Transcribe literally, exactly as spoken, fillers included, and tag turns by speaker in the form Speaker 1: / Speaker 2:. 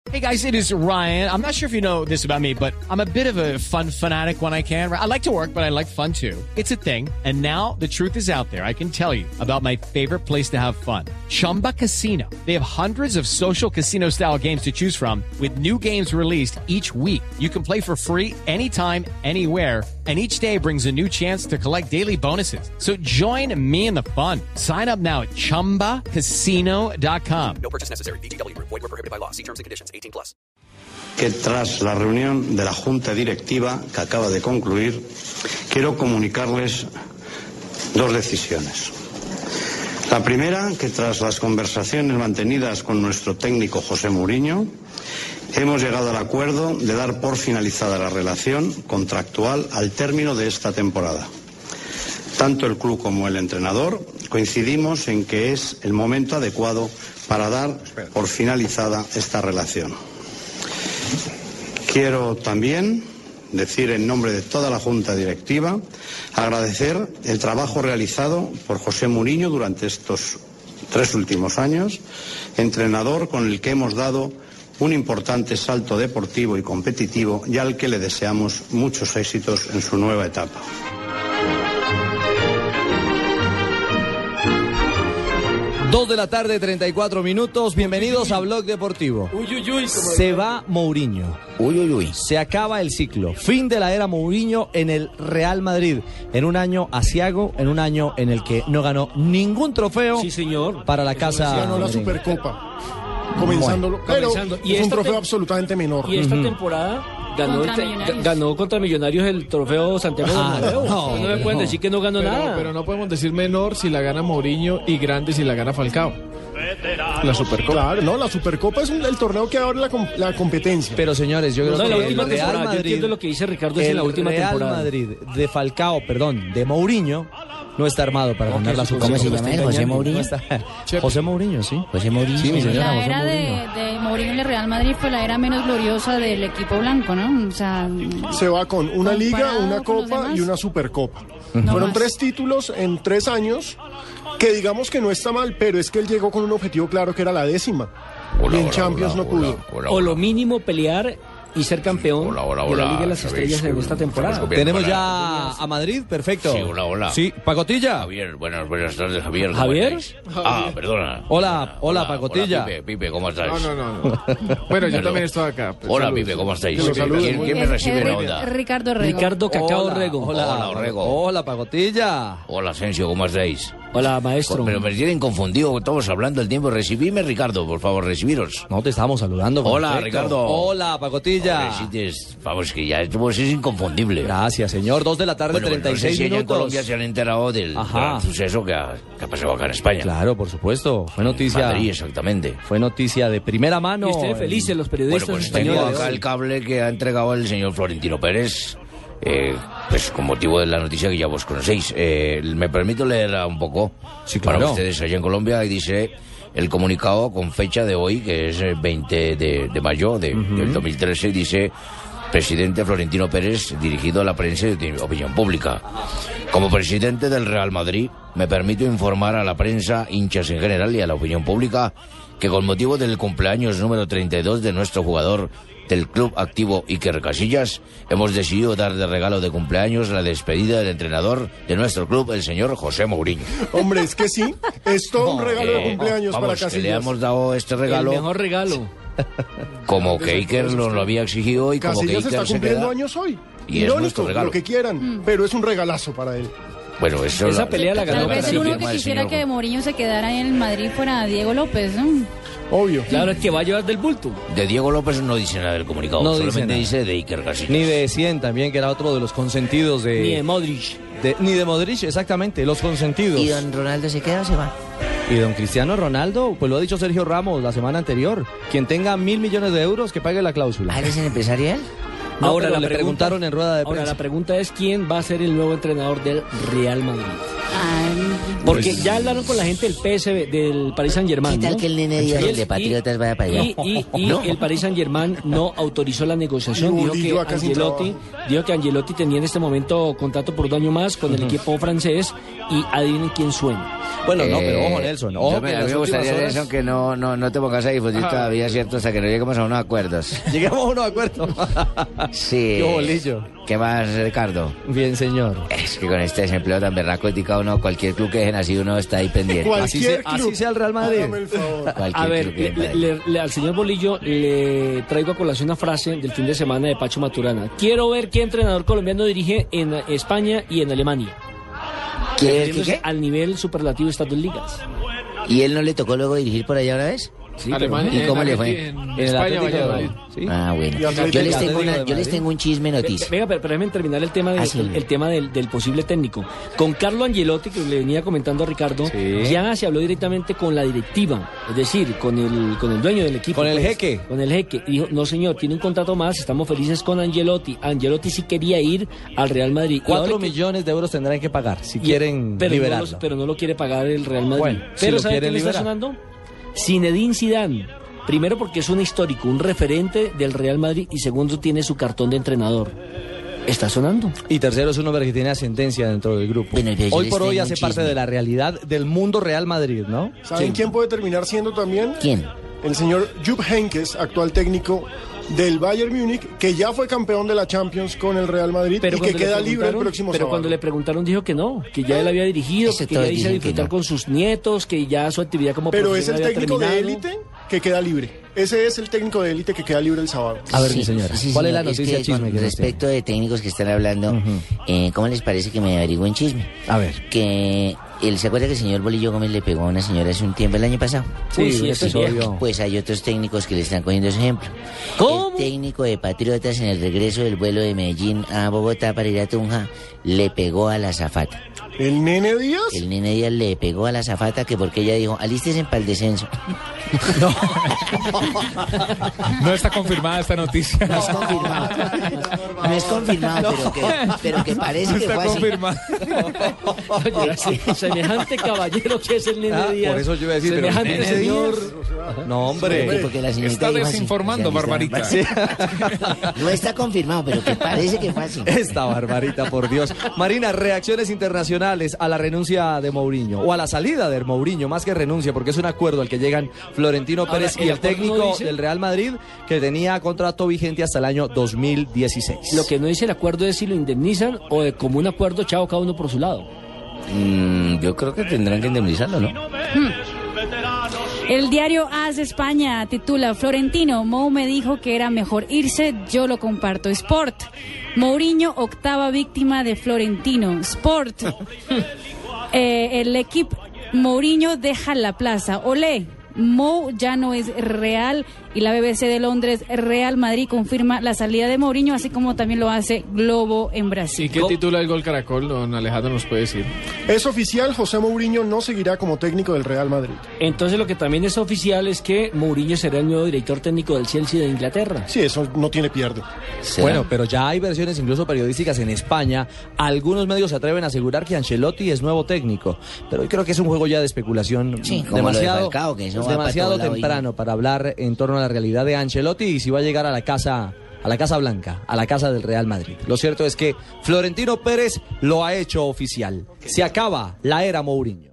Speaker 1: Hey guys, it is Ryan. I'm not sure if you know this about me, but I'm a bit of a fun fanatic when I can. I like to work, but I like fun too. It's a thing. And now the truth is out there. I can tell you about my favorite place to have fun. Chumba Casino. They have hundreds of social casino style games to choose from with new games released each week. You can play for free anytime, anywhere. And each day brings a new chance to collect daily bonuses. So join me in the fun. Sign up now at chumba casino dot com.
Speaker 2: No purchase necessary. V G W. Void where prohibited by law. See terms and conditions. eighteen plus.
Speaker 3: Que tras la reunión de la Junta Directiva que acaba de concluir, quiero comunicarles dos decisiones. La primera, que tras las conversaciones mantenidas con nuestro técnico José Mourinho, hemos llegado al acuerdo de dar por finalizada la relación contractual al término de esta temporada. Tanto el club como el entrenador coincidimos en que es el momento adecuado para dar por finalizada esta relación. Quiero también decir en nombre de toda la Junta Directiva, agradecer el trabajo realizado por José Mourinho durante estos tres últimos años, entrenador con el que hemos dado un importante salto deportivo y competitivo y al que le deseamos muchos éxitos en su nueva etapa.
Speaker 4: Dos de la tarde, treinta y cuatro minutos. Bienvenidos uy, uy. a Blog Deportivo.
Speaker 5: Uy, uy, uy,
Speaker 4: Se va Mourinho.
Speaker 5: Uy, uy, uy.
Speaker 4: Se acaba el ciclo. Fin de la era Mourinho en el Real Madrid. En un año asiago, en un año en el que no ganó ningún trofeo.
Speaker 5: Sí, señor.
Speaker 4: Para la casa.
Speaker 6: Ganó la Supercopa. Comenzándolo.
Speaker 5: Bueno,
Speaker 6: pero
Speaker 5: comenzando.
Speaker 6: Y es un trofeo
Speaker 5: te...
Speaker 6: absolutamente menor.
Speaker 5: Y esta
Speaker 6: uh-huh.
Speaker 5: temporada ganó contra, el, ganó contra Millonarios el trofeo Santiago ah, Bernabéu. No, no me pueden
Speaker 7: no.
Speaker 5: decir que no ganó
Speaker 7: pero,
Speaker 5: nada.
Speaker 7: Pero no podemos decir menor si la gana Mourinho y grande si la gana Falcao. La Supercopa.
Speaker 6: Claro, no, la Supercopa es un, el torneo que abre la, la competencia.
Speaker 4: Pero señores, yo creo
Speaker 5: no,
Speaker 4: que
Speaker 5: la última
Speaker 4: el Real
Speaker 5: temporada,
Speaker 4: Madrid,
Speaker 5: yo entiendo lo que dice Ricardo es en la última
Speaker 4: Real
Speaker 5: temporada.
Speaker 4: Madrid de Falcao, perdón, de Mourinho no está armado para ganar la Supercopa.
Speaker 8: ¿Cómo se llama él? ¿José Mourinho?
Speaker 4: No está... José Mourinho, sí.
Speaker 8: José Mourinho.
Speaker 4: Sí, mi señora,
Speaker 9: la
Speaker 4: José
Speaker 9: era
Speaker 4: Mourinho.
Speaker 9: de, de Mourinho en el Real Madrid fue la era menos gloriosa del equipo blanco, ¿no? O sea,
Speaker 6: se va con una liga, una copa y una Supercopa. Uh-huh.
Speaker 9: No
Speaker 6: Fueron
Speaker 9: más.
Speaker 6: tres títulos en tres años, que digamos que no está mal, pero es que él llegó con un objetivo claro que era la décima.
Speaker 10: Hola,
Speaker 6: y en
Speaker 10: hola,
Speaker 6: Champions
Speaker 10: hola,
Speaker 6: no pudo.
Speaker 10: hola, hola,
Speaker 5: O
Speaker 10: hola.
Speaker 5: lo mínimo pelear y ser campeón
Speaker 10: hola, hola,
Speaker 5: de la
Speaker 10: hola,
Speaker 5: Liga de las Estrellas en esta temporada.
Speaker 4: Tenemos ya a Madrid, perfecto.
Speaker 10: Sí, hola, hola.
Speaker 4: Sí, Pacotilla.
Speaker 10: Javier, buenas, buenas tardes, Javier. ¿Cómo
Speaker 5: ¿Javier?
Speaker 10: estáis? Ah, perdona.
Speaker 4: Hola, hola, Pacotilla.
Speaker 10: Hola, Pipe, Pipe, ¿cómo estáis?
Speaker 7: No, no, no. no. Bueno, yo
Speaker 10: Hello.
Speaker 7: también estoy acá.
Speaker 10: Hola,
Speaker 7: Saludos.
Speaker 10: Pipe, ¿cómo estáis?
Speaker 6: Que lo saluden.
Speaker 10: ¿Quién, quién me
Speaker 9: Es-
Speaker 10: recibe
Speaker 9: es
Speaker 10: en
Speaker 9: Ri-
Speaker 10: onda?
Speaker 9: Ricardo Rego.
Speaker 5: Ricardo Cacao
Speaker 4: Hola,
Speaker 5: Rego.
Speaker 4: Hola,
Speaker 10: Hola, Orrego.
Speaker 4: Hola, Pacotilla.
Speaker 10: Hola, Asensio, ¿cómo estáis?
Speaker 5: Hola, maestro.
Speaker 10: Pero me tienen confundido, estamos hablando del tiempo. Recibidme, Ricardo, por favor, recibiros.
Speaker 4: No te estábamos saludando.
Speaker 10: Hola,
Speaker 4: perfecto.
Speaker 10: Ricardo.
Speaker 4: Hola, Pacotilla.
Speaker 10: Hombre, sí te- vamos, que ya esto es inconfundible.
Speaker 4: Gracias, señor. Dos de la tarde,
Speaker 10: Bueno,
Speaker 4: treinta y
Speaker 10: no sé
Speaker 4: seis
Speaker 10: si allá en
Speaker 4: minutos.
Speaker 10: Colombia se han enterado del
Speaker 4: Ajá.
Speaker 10: gran suceso que ha, que ha pasado acá en España.
Speaker 4: Claro, por supuesto. Fue noticia.
Speaker 10: Madrid, exactamente.
Speaker 4: Fue noticia de primera mano.
Speaker 5: Y ustedes felices, los periodistas
Speaker 10: Bueno, pues
Speaker 5: españoles.
Speaker 10: tengo acá el cable que ha entregado el señor Florentino Pérez, eh, pues con motivo de la noticia que ya vos conocéis. Eh, me permito leerla un poco
Speaker 4: Sí, claro.
Speaker 10: para ustedes allá en Colombia, y dice el comunicado con fecha de hoy, que es el veinte de, de mayo de, uh-huh. del dos mil trece, dice: presidente Florentino Pérez, dirigido a la prensa y de opinión pública. Como presidente del Real Madrid, me permito informar a la prensa, hinchas en general y a la opinión pública que con motivo del cumpleaños número treinta y dos de nuestro jugador del club activo Iker Casillas, hemos decidido dar de regalo de cumpleaños la despedida del entrenador de nuestro club, el señor José Mourinho.
Speaker 6: Hombre, es que sí, es todo un regalo
Speaker 10: Eh,
Speaker 6: de cumpleaños
Speaker 10: vamos,
Speaker 6: para
Speaker 10: que
Speaker 6: Casillas.
Speaker 10: le hemos dado este regalo
Speaker 5: El mejor regalo.
Speaker 10: como que Iker nos lo había exigido y como que
Speaker 6: Casillas
Speaker 10: Iker
Speaker 6: está
Speaker 10: se
Speaker 6: cumpliendo
Speaker 10: queda.
Speaker 6: años hoy.
Speaker 10: Y es
Speaker 6: Irónico,
Speaker 10: nuestro regalo.
Speaker 6: lo que quieran, pero es un regalazo para él.
Speaker 10: Bueno, eso
Speaker 5: Esa
Speaker 10: la-
Speaker 5: pelea la ganó
Speaker 9: Tal vez el
Speaker 5: Casillas.
Speaker 9: único que quisiera que Mourinho se quedara ahí en el Madrid fuera Diego López, ¿no?
Speaker 6: Obvio.
Speaker 5: Claro, es que va a llevar del bulto.
Speaker 10: De Diego López no dice nada del comunicado,
Speaker 4: No dice
Speaker 10: solamente
Speaker 4: nada.
Speaker 10: dice de Iker Casillas.
Speaker 4: Ni de cien también, que era otro de los consentidos de...
Speaker 5: Ni de Modric.
Speaker 4: de- ni de Modric, exactamente, los consentidos.
Speaker 8: ¿Y don Ronaldo se queda o se va?
Speaker 4: Y don Cristiano Ronaldo, pues lo ha dicho Sergio Ramos la semana anterior. Quien tenga mil millones de euros, que pague la cláusula.
Speaker 8: ¿Ah, él es el empresarial?
Speaker 4: No,
Speaker 5: Ahora
Speaker 4: pero
Speaker 5: la
Speaker 4: le
Speaker 5: pregunta-
Speaker 4: preguntaron en rueda de
Speaker 5: Ahora
Speaker 4: prensa.
Speaker 5: la pregunta es quién va a ser el nuevo entrenador del Real Madrid.
Speaker 9: Ah,
Speaker 5: Porque ya hablaron con la gente del P S V, del Paris Saint-Germain.
Speaker 8: ¿Qué tal
Speaker 5: ¿no?
Speaker 8: que el nene Díaz, el de Patriotas, vaya para allá?
Speaker 5: Y, y, y
Speaker 8: ¿No?
Speaker 5: el Paris Saint-Germain no autorizó la negociación.
Speaker 6: Y
Speaker 5: Dijo
Speaker 6: Bolillo
Speaker 5: que,
Speaker 6: acá sin
Speaker 5: Angelotti,
Speaker 6: trabajo.
Speaker 5: dijo que Angelotti tenía en este momento contrato por un año más con el equipo francés y adivinen quién suena.
Speaker 4: Bueno, no,
Speaker 10: Eh,
Speaker 4: pero ojo, Nelson. Ojo,
Speaker 10: yo me,
Speaker 4: que
Speaker 10: a
Speaker 4: en
Speaker 10: mí
Speaker 4: las
Speaker 10: me gustaría,
Speaker 4: últimas horas
Speaker 10: Nelson, que no, no, no te pongas a difundir todavía, ¿cierto? Hasta que no lleguemos a unos acuerdos.
Speaker 4: Lleguemos a unos acuerdos.
Speaker 10: Sí.
Speaker 4: Qué bolillo.
Speaker 10: ¿Qué más, Ricardo?
Speaker 4: Bien, señor.
Speaker 10: Es que con este desempleo tan berraco y tica uno, cualquier club que dejen así, uno está ahí pendiente.
Speaker 4: Así, se-
Speaker 6: Cualquier club.
Speaker 4: así sea el Real Madrid.
Speaker 6: Hágame el favor.
Speaker 10: Cualquier
Speaker 5: A ver,
Speaker 10: club que
Speaker 5: le-
Speaker 10: dejen
Speaker 5: le-
Speaker 10: ahí.
Speaker 5: le- al señor Bolillo le traigo a colación una frase del fin de semana de Pacho Maturana. Quiero ver qué entrenador colombiano dirige en España y en Alemania.
Speaker 8: ¿Quiere ver qué,
Speaker 5: Refiriéndose
Speaker 8: qué?
Speaker 5: al nivel superlativo de estas dos ligas.
Speaker 8: ¿Y él no le tocó luego dirigir por allá una vez?
Speaker 5: Sí,
Speaker 7: Alemania,
Speaker 8: ¿Y cómo
Speaker 7: en
Speaker 8: le
Speaker 7: Argenti-
Speaker 8: fue?
Speaker 7: En,
Speaker 4: En el
Speaker 7: España,
Speaker 4: Atlético de
Speaker 7: Valladolid.
Speaker 4: Madrid. ¿Sí?
Speaker 8: Ah, bueno.
Speaker 6: Y Atlético-
Speaker 8: Yo les, tengo
Speaker 4: Atlético
Speaker 8: una,
Speaker 4: de
Speaker 8: yo les
Speaker 4: Madrid.
Speaker 8: tengo un chisme noticia.
Speaker 5: Venga, pero, pero déjeme terminar el tema, de-
Speaker 8: Ah, sí.
Speaker 5: el, el tema del, del posible técnico. Con Carlo Angelotti, que le venía comentando a Ricardo,
Speaker 4: Sí.
Speaker 5: ya se habló directamente con la directiva, es decir, con el, con el dueño del equipo.
Speaker 4: Con el
Speaker 5: pues,
Speaker 4: jeque.
Speaker 5: Con el jeque. Y dijo, no señor, tiene un contrato más, estamos felices con Angelotti. Angelotti sí quería ir al Real Madrid. Y
Speaker 4: Cuatro
Speaker 5: ahora que-
Speaker 4: millones de euros tendrán que pagar si
Speaker 5: y-
Speaker 4: quieren
Speaker 5: pero
Speaker 4: liberarlo.
Speaker 5: No lo, pero no lo quiere pagar el Real Madrid.
Speaker 4: Bueno, si
Speaker 5: pero
Speaker 4: lo
Speaker 5: ¿sabe
Speaker 4: quieren
Speaker 5: quién le está
Speaker 4: liberar.
Speaker 5: sonando? Zinedine Zidane. Primero porque es un histórico, un referente del Real Madrid y segundo tiene su cartón de entrenador. Está sonando.
Speaker 4: Y tercero es un hombre que tiene ascendencia dentro del grupo.
Speaker 8: Bueno, pero yo
Speaker 4: Hoy
Speaker 8: les
Speaker 4: por hoy
Speaker 8: tengo
Speaker 4: hace
Speaker 8: un
Speaker 4: parte
Speaker 8: chisme.
Speaker 4: de la realidad del mundo Real Madrid, ¿no?
Speaker 6: ¿Saben
Speaker 4: Sí.
Speaker 6: quién puede terminar siendo también?
Speaker 8: ¿Quién?
Speaker 6: El señor Jupp Heynckes, actual técnico del Bayern Múnich, que ya fue campeón de la Champions con el Real Madrid y que
Speaker 5: cuando le
Speaker 6: queda libre el
Speaker 5: preguntaron-
Speaker 6: próximo
Speaker 5: Pero
Speaker 6: sábado.
Speaker 5: cuando le preguntaron dijo que no, que ya él había dirigido,
Speaker 8: Eso
Speaker 5: que ya
Speaker 8: todos
Speaker 5: hizo
Speaker 8: dicen que
Speaker 5: disfrutar
Speaker 8: no.
Speaker 5: con sus nietos, que ya su actividad como
Speaker 6: Pero es el
Speaker 5: profesional había
Speaker 6: técnico de
Speaker 5: terminado.
Speaker 6: élite que queda libre. Ese es el técnico de élite que queda libre el sábado.
Speaker 4: A ver,
Speaker 8: Sí,
Speaker 4: mi señora,
Speaker 8: sí,
Speaker 4: ¿cuál es la
Speaker 8: señor.
Speaker 4: noticia
Speaker 8: que
Speaker 4: chisme
Speaker 8: con
Speaker 4: que nos
Speaker 8: respecto de técnicos que están hablando, eh, ¿cómo les parece que me averigüen chisme?
Speaker 4: tiene? A ver.
Speaker 8: Que él se acuerda que el señor Bolillo Gómez le pegó a una señora hace un tiempo el año pasado.
Speaker 4: Sí,
Speaker 5: Uy, sí,
Speaker 4: un
Speaker 5: eso es
Speaker 4: episodio.
Speaker 5: viejo.
Speaker 8: Pues hay otros técnicos que le están cogiendo ese ejemplo.
Speaker 5: ¿Cómo?
Speaker 8: El técnico de Patriotas en el regreso del vuelo de Medellín a Bogotá para ir a Tunja le pegó a la azafata.
Speaker 6: ¿El Nene Díaz?
Speaker 8: El nene Díaz le pegó a la azafata que porque ella dijo, alístese para el descenso.
Speaker 7: No está confirmada esta noticia.
Speaker 8: No es confirmado. No es confirmado, pero, que, pero que parece
Speaker 7: No
Speaker 8: que
Speaker 7: está
Speaker 8: fue así.
Speaker 7: confirmada.
Speaker 5: Oye, semejante caballero que es el nene
Speaker 4: Ah,
Speaker 5: Díaz.
Speaker 4: por eso yo iba a decir, pero
Speaker 5: semejante
Speaker 4: ¿Nene
Speaker 5: señor.
Speaker 4: No, hombre.
Speaker 8: Porque la señorita
Speaker 7: Está
Speaker 8: dijo así.
Speaker 7: desinformando,
Speaker 8: O sea, que
Speaker 7: Barbarita.
Speaker 8: está- No está confirmado, pero que parece que fue así.
Speaker 4: Esta barbarita, por Dios. Marina, reacciones internacionales a la renuncia de Mourinho, o a la salida de Mourinho, más que renuncia, porque es un acuerdo al que llegan Florentino
Speaker 5: Ahora,
Speaker 4: Pérez y
Speaker 5: el
Speaker 4: el
Speaker 5: acuerdo
Speaker 4: técnico
Speaker 5: no dice-
Speaker 4: del Real Madrid, que tenía contrato vigente hasta el año dos mil dieciséis.
Speaker 5: Lo que no dice el acuerdo es si lo indemnizan o de como un acuerdo, chao, cada uno por su lado.
Speaker 10: Mm, yo creo que tendrán que indemnizarlo, ¿no?
Speaker 9: El diario AS España titula Florentino, Mou me dijo que era mejor irse, yo lo comparto. Sport, Mourinho, octava víctima de Florentino. Sport, eh, el equipo Mourinho deja la plaza. Olé, Mou ya no es real y la B B C de Londres, Real Madrid confirma la salida de Mourinho, así como también lo hace Globo en Brasil.
Speaker 7: ¿Y qué titula el Gol Caracol? Don Alejandro nos puede decir.
Speaker 6: Es oficial, José Mourinho no seguirá como técnico del Real Madrid.
Speaker 5: Entonces lo que también es oficial es que Mourinho será el nuevo director técnico del Chelsea de Inglaterra.
Speaker 6: Sí, eso no tiene pierde.
Speaker 10: ¿Será?
Speaker 4: Bueno, pero ya hay versiones incluso periodísticas en España. Algunos medios se atreven a asegurar que Ancelotti es nuevo técnico, pero hoy creo que es un juego ya de especulación
Speaker 8: Sí, como lo de
Speaker 4: demasiado,
Speaker 8: Falcao, que eso va
Speaker 4: demasiado
Speaker 8: para todo lado,
Speaker 4: temprano para hablar en torno a la realidad de Ancelotti y si va a llegar a la casa a la Casa Blanca, a la casa del Real Madrid. Lo cierto es que Florentino Pérez lo ha hecho oficial. Se acaba la era Mourinho.